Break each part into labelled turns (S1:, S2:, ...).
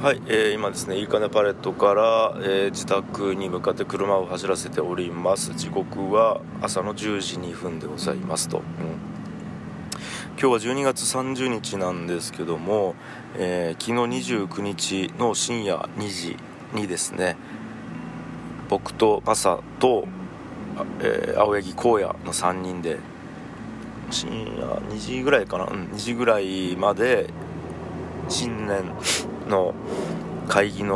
S1: はい、今ですね、いいかねパレットから、自宅に向かって車を走らせております。時刻は朝の10時2分でございますと、今日は12月30日なんですけども、昨日29日の深夜2時にですね、僕とマサと、青柳光也の3人で深夜2時ぐらいかな、2時ぐらいまで新年の会議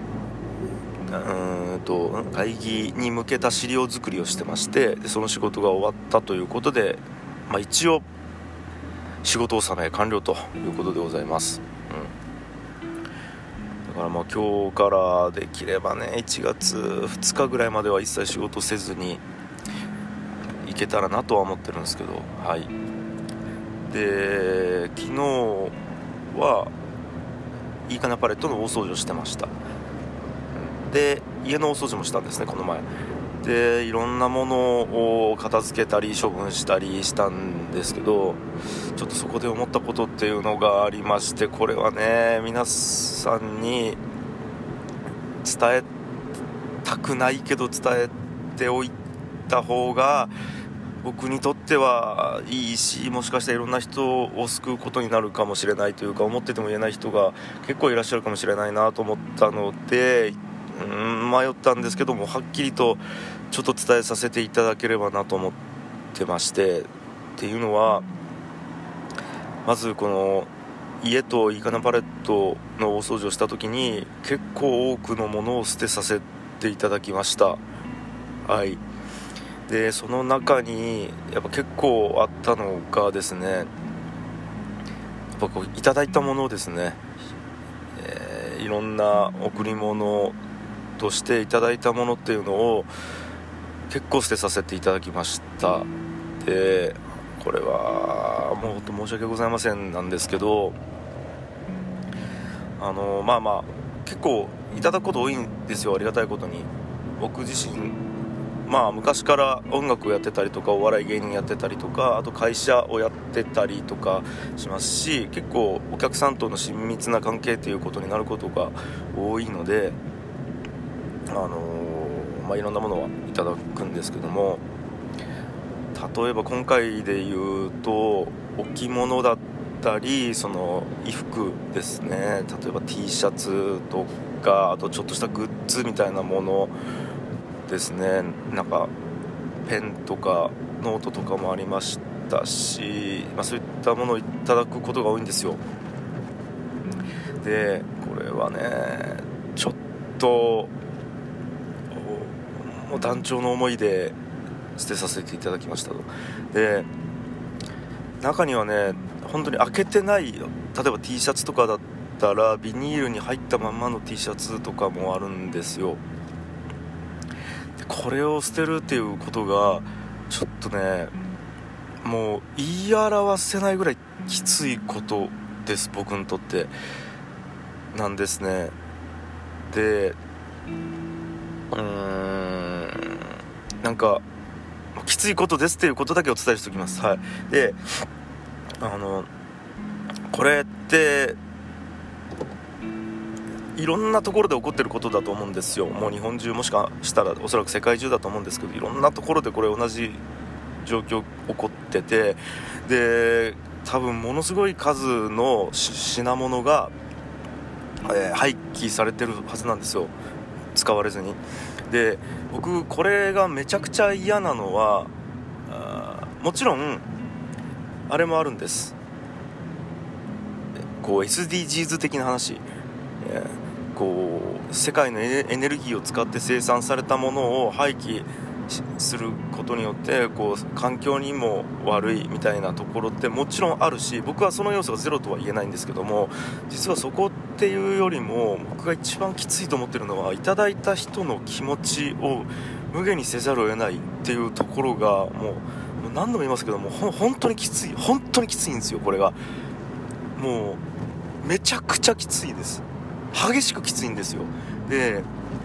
S1: に向けた資料作りをしてまして、でその仕事が終わったということで、一応仕事納め完了ということでございます、だから今日からできればね1月2日ぐらいまでは一切仕事せずにいけたらなとは思ってるんですけど、はい。で昨日はいいかなパレットの大掃除をしてました。で家の大掃除もしたんですね、この前で。いろんなものを片付けたり処分したりしたんですけど、ちょっとそこで思ったことっていうのがありまして、これはね皆さんに伝えたくないけど伝えておいた方が僕にとってはいいし、もしかしたらいろんな人を救うことになるかもしれないというか、思ってても言えない人が結構いらっしゃるかもしれないなと思ったので、迷ったんですけども、はっきりとちょっと伝えさせていただければなと思ってまして、っていうのは、まずこの家といいかなパレットの大掃除をした時に結構多くのものを捨てさせていただきました。はい。でその中にやっぱ結構あったのがですね、やっぱこういただいたものですね、いろんな贈り物としていただいたものっていうのを結構捨てさせていただきました。でこれはもう本当申し訳ございませんなんですけど、結構いただくこと多いんですよ、ありがたいことに。僕自身昔から音楽をやってたりとか、お笑い芸人やってたりとか、あと会社をやってたりとかしますし、結構お客さんとの親密な関係ということになることが多いので、いろんなものはいただくんですけども、例えば今回で言うと置物だったり、その衣服ですね、例えば T シャツとか、あとちょっとしたグッズみたいなものですね、なんかペンとかノートとかもありましたし、そういったものをいただくことが多いんですよ。でこれはねちょっともう断腸の思いで捨てさせていただきましたと。で中にはね本当に開けてない、例えば T シャツとかだったらビニールに入ったままの T シャツとかもあるんですよ。これを捨てるっていうことがちょっとね、もう言い表せないぐらいきついことです、僕にとってなんですね。でなんかきついことですっていうことだけお伝えしておきます。はい。でこれっていろんなところで起こってることだと思うんですよ。もう日本中、もしかしたらおそらく世界中だと思うんですけど、いろんなところでこれ同じ状況起こってて、で多分ものすごい数の品物が、廃棄されてるはずなんですよ、使われずに。で僕これがめちゃくちゃ嫌なのは、もちろんあれもあるんです、こう SDGs 的な話、こう世界のエネルギーを使って生産されたものを廃棄することによってこう環境にも悪いみたいなところってもちろんあるし、僕はその要素がゼロとは言えないんですけども、実はそこっていうよりも僕が一番きついと思ってるのは、いただいた人の気持ちを無限にせざるを得ないっていうところがもう何度も言いますけども、本当にきついんですよ。これがもうめちゃくちゃきついです。激しくきついんですよ。で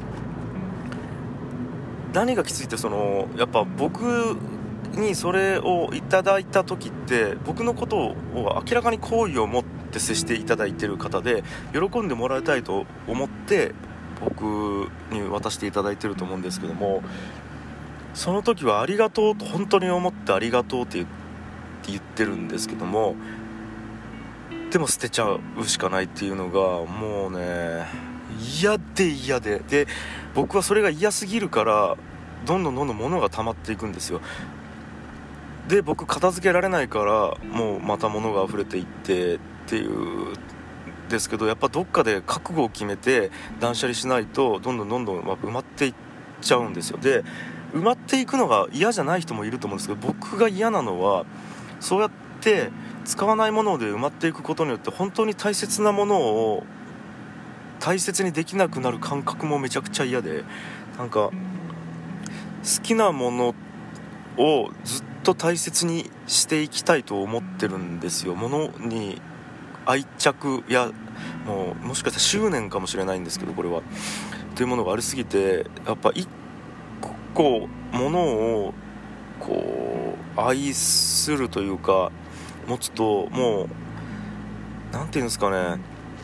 S1: 何がきついって、やっぱ僕にそれをいただいた時って僕のことを明らかに好意を持っって接していただいている方で、喜んでもらいたいと思って僕に渡していただいていると思うんですけども、その時はありがとうと本当に思ってありがとうって言ってるんですけども、でも捨てちゃうしかないっていうのがもうね嫌で僕はそれが嫌すぎるからどんどん物が溜まっていくんですよ。で僕片付けられないからもうまた物が溢れていってっていうですけど、やっぱどっかで覚悟を決めて断捨離しないとどんどん埋まっていっちゃうんですよ。で埋まっていくのが嫌じゃない人もいると思うんですけど、僕が嫌なのはそうやって使わないもので埋まっていくことによって本当に大切なものを大切にできなくなる感覚もめちゃくちゃ嫌で、なんか好きなものをずっと大切にしていきたいと思ってるんですよ。ものに愛着やもしかしたら執念かもしれないんですけど、これはというものがありすぎて、やっぱ一個ものをこう愛するというか持つと、もうなんていうんですかね、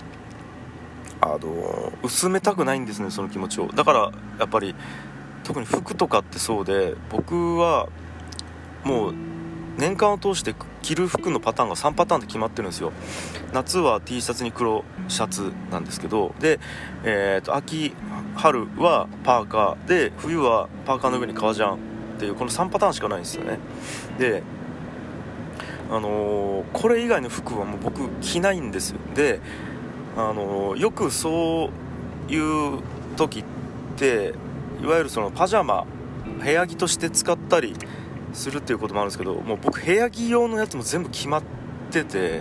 S1: 薄めたくないんですね、その気持ちを。だからやっぱり特に服とかってそうで、僕はもう年間を通して着る服のパターンが3パターンで決まってるんですよ。夏は T シャツに黒シャツなんですけど、で、秋春はパーカーで、冬はパーカーの上に革ジャンっていうこの3パターンしかないんですよね。でこれ以外の服はもう僕着ないんですよ。でよくそういう時っていわゆるそのパジャマ部屋着として使ったりするっていうこともあるんですけど、もう僕部屋着用のやつも全部決まってて、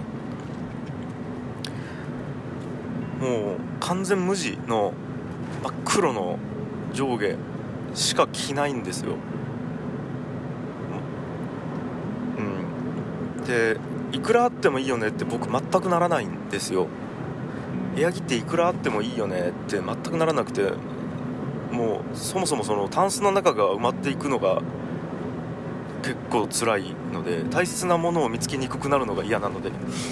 S1: もう完全無地の真っ黒の上下しか着ないんですよ。でいくらあってもいいよねって僕全くならないんですよ。部屋着っていくらあってもいいよねって全くならなくて、もうそもそもそのタンスの中が埋まっていくのが結構辛いので、大切なものを見つけにくくなるのが嫌なので、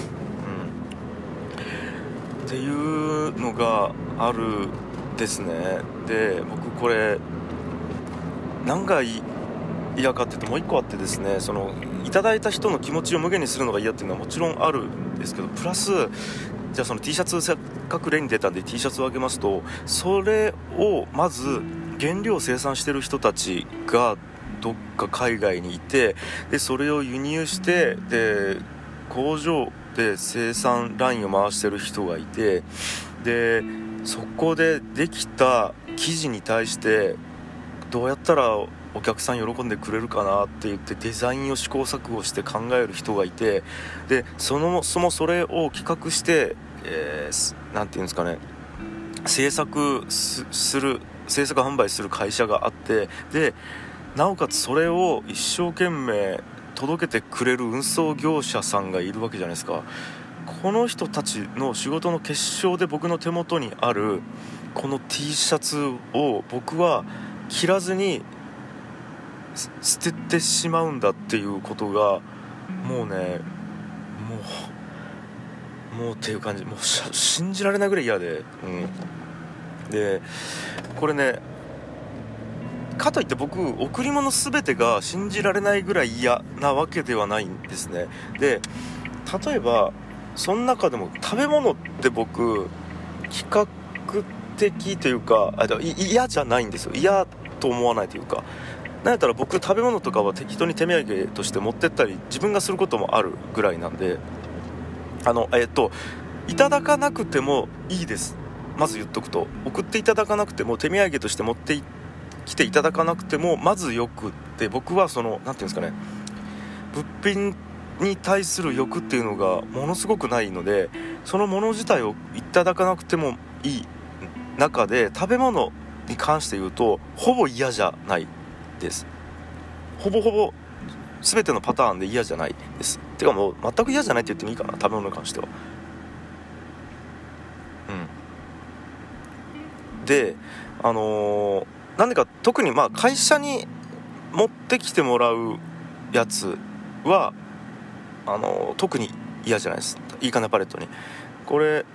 S1: っていうのがあるですね。で僕これ何が嫌かって言ってもう一個あってですね、そのいただいた人の気持ちを無限にするのが嫌っていうのはもちろんあるんですけど、プラスじゃあその T シャツせっかく例に出たんで T シャツをあげますと、それをまず原料を生産してる人たちがどっか海外にいて、でそれを輸入して、で工場で生産ラインを回してる人がいて、でそこでできた生地に対してどうやったらお客さん喜んでくれるかなって言ってデザインを試行錯誤して考える人がいて、でそもそれを企画して、なんていうんですかね、制作販売する会社があって、でなおかつそれを一生懸命届けてくれる運送業者さんがいるわけじゃないですか。この人たちの仕事の結晶で僕の手元にあるこの T シャツを僕は着らずに捨ててしまうんだっていうことがもうねもうっていう感じ、もう信じられないぐらい嫌で、でこれね、かといって僕贈り物全てが信じられないぐらい嫌なわけではないんですね。で例えばその中でも食べ物って僕比較的というか嫌じゃないんですよ。嫌と思わないというか、なんやったら僕食べ物とかは適当に手土産として持ってったり自分がすることもあるぐらいなんで、いただかなくてもいいです。まず言っとくと、送っていただかなくても手土産として持ってきていただかなくてもまずよくって、僕はそのなんていうんですかね、物品に対する欲っていうのがものすごくないので、そのもの自体をいただかなくてもいい中で食べ物に関して言うとほぼ嫌じゃないです。ほぼ全てのパターンで嫌じゃないです。てかもう全く嫌じゃないって言ってもいいかな、食べ物に関しては。でなんでか特に会社に持ってきてもらうやつは特に嫌じゃないです。いいかなパレットにこれ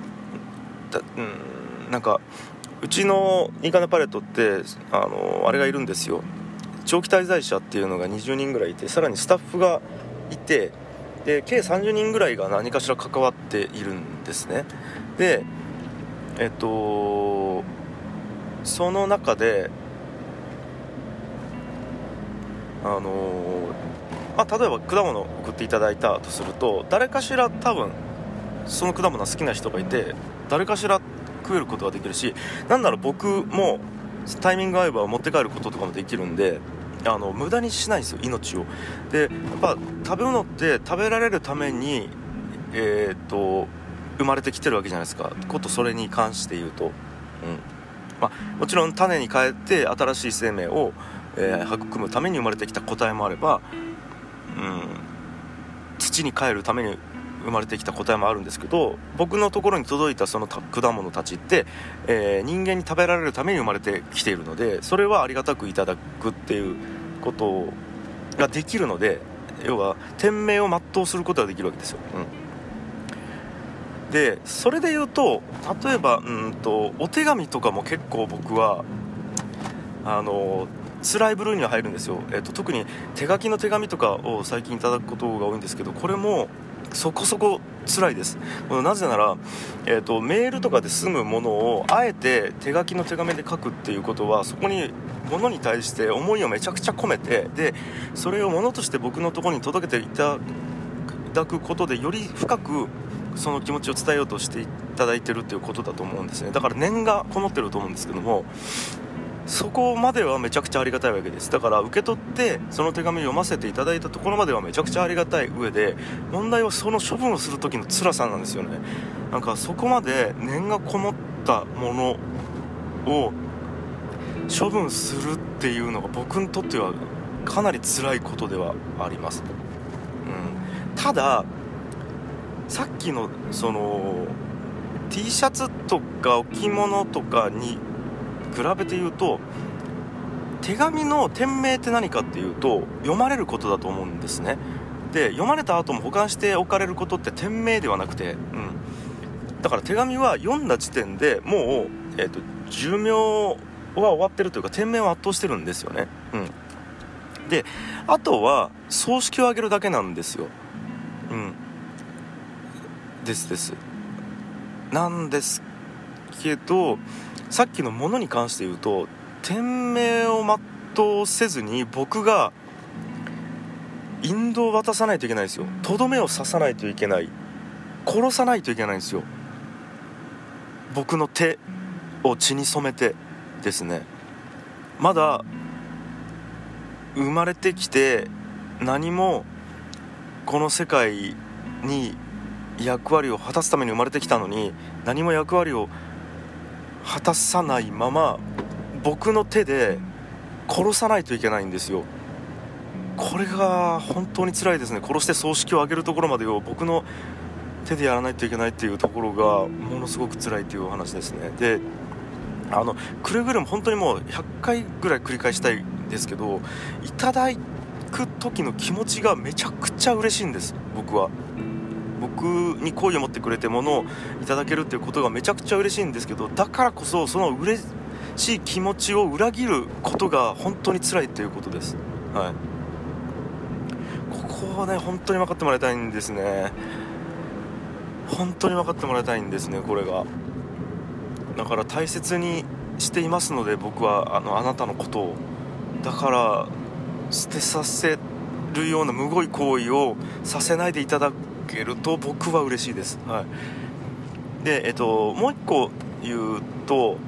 S1: なんかうちのいいかなパレットってあれがいるんですよ。長期滞在者っていうのが20人ぐらいいて、さらにスタッフがいて、で計30人ぐらいが何かしら関わっているんですね。でその中で例えば果物を送っていただいたとすると、誰かしら多分その果物が好きな人がいて、誰かしら食えることができるし、なんなら僕もタイミング合えば持って帰ることとかもできるんで、無駄にしないんですよ、命を。でやっぱ食べ物って食べられるために生まれてきてるわけじゃないですか。ことそれに関して言うと、もちろん種に変えて新しい生命を、育むために生まれてきた個体もあれば、土に帰るために生まれてきた個体もあるんですけど、僕のところに届いたその果物たちって、人間に食べられるために生まれてきているので、それはありがたくいただくっていうことができるので、要は天命を全うすることができるわけですよ。でそれで言うと、例えばお手紙とかも結構僕は辛い部類には入るんですよ。特に手書きの手紙とかを最近いただくことが多いんですけど、これもそこそこ辛いです。なぜなら、メールとかで済むものをあえて手書きの手紙で書くっていうことは、そこに物に対して思いをめちゃくちゃ込めて、でそれを物として僕のところに届けていただくことで、より深くその気持ちを伝えようとしていただいてるっていうことだと思うんですね。だから念がこもってると思うんですけども、そこまではめちゃくちゃありがたいわけです。だから受け取ってその手紙を読ませていただいたところまではめちゃくちゃありがたい上で、問題はその処分をする時の辛さなんですよね。なんかそこまで念がこもったものを処分するっていうのが僕にとってはかなり辛いことではあります。たださっきのその T シャツとか置物とかに比べて言うと、手紙の店名って何かっていうと、読まれることだと思うんですね。で読まれた後も保管しておかれることって店名ではなくて、だから手紙は読んだ時点でもう、寿命は終わってるというか、店名は圧倒してるんですよね。であとは葬式をあげるだけなんですよ。ですなんですけど、さっきのものに関して言うと、店名を全うせずに僕が引導を渡さないといけないんですよ。とどめを刺さないといけない、殺さないといけないんですよ。僕の手を血に染めてですね。まだ生まれてきて何もこの世界に役割を果たすために生まれてきたのに、何も役割を果たさないまま僕の手で殺さないといけないんですよ。これが本当に辛いですね。殺して葬式を挙げるところまでを僕の手でやらないといけないっていうところがものすごく辛いっていうお話ですね。でくれぐれも本当にもう100回ぐらい繰り返したいんですけど、いただく時の気持ちがめちゃくちゃ嬉しいんです。僕に好意を持ってくれてものをいただけるっていうことがめちゃくちゃ嬉しいんですけど、だからこそその嬉しい気持ちを裏切ることが本当に辛いっていうことです。ここはね本当に分かってもらいたいんですね。本当に分かってもらいたいんですね。これがだから大切にしていますので、僕はあなたのことを、だから捨てさせるようなむごい行為をさせないでいただけると僕は嬉しいです。でもう一個言うと、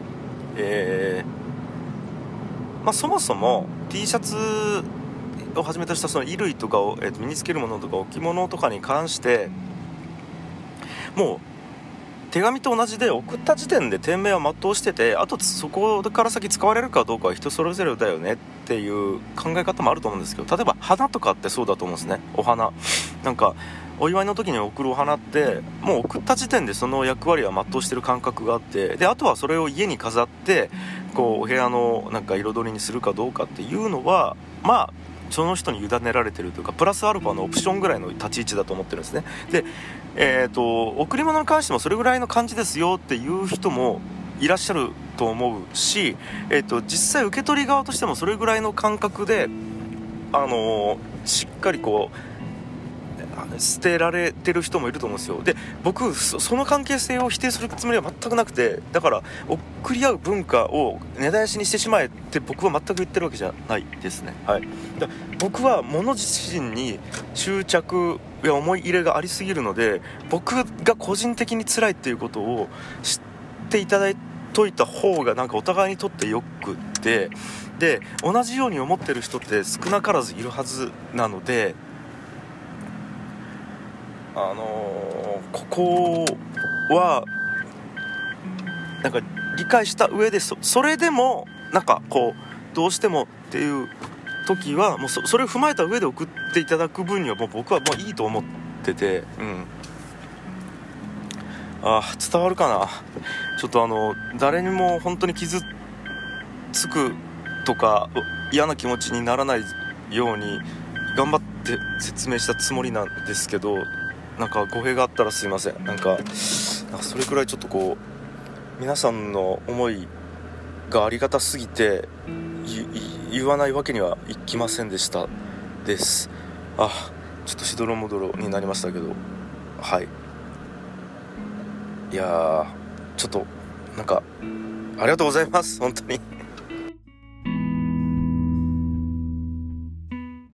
S1: そもそも T シャツをはじめとしたその衣類とかを、身につけるものとか置物とかに関して、もう手紙と同じで送った時点で店名は全うしてて、あとそこから先使われるかどうかは人それぞれだよねっていう考え方もあると思うんですけど、例えば花とかってそうだと思うんですね。お花なんかお祝いの時に送るお花ってもう送った時点でその役割は全うしてる感覚があって、であとはそれを家に飾ってこうお部屋のなんか彩りにするかどうかっていうのはその人に委ねられてるというか、プラスアルファのオプションぐらいの立ち位置だと思ってるんですね。で、贈り物に関してもそれぐらいの感じですよっていう人もいらっしゃると思うし、実際受け取り側としてもそれぐらいの感覚で、しっかりこう捨てられてる人もいると思うんですよ。で、僕その関係性を否定するつもりは全くなくて、だから送り合う文化を根絶やしにしてしまえって僕は全く言ってるわけじゃないですね。はい。僕は物自身に執着や思い入れがありすぎるので、僕が個人的に辛いっていうことを知っていただいといた方がなんかお互いにとってよくって、で同じように思ってる人って少なからずいるはずなので、ここはなんか理解した上で、それでもなんかこうどうしてもっていう時はもうそれを踏まえた上で送っていただく分にはもう僕はもういいと思ってて、伝わるかな。ちょっと誰にも本当に傷つくとか嫌な気持ちにならないように頑張って説明したつもりなんですけど、なんか語弊があったらすいません。なんかそれくらいちょっとこう皆さんの思いがありがたすぎて言わないわけにはいきませんでしたです。ちょっとしどろもどろになりましたけど、はい。いやー、ちょっとなんかありがとうございます、本当に。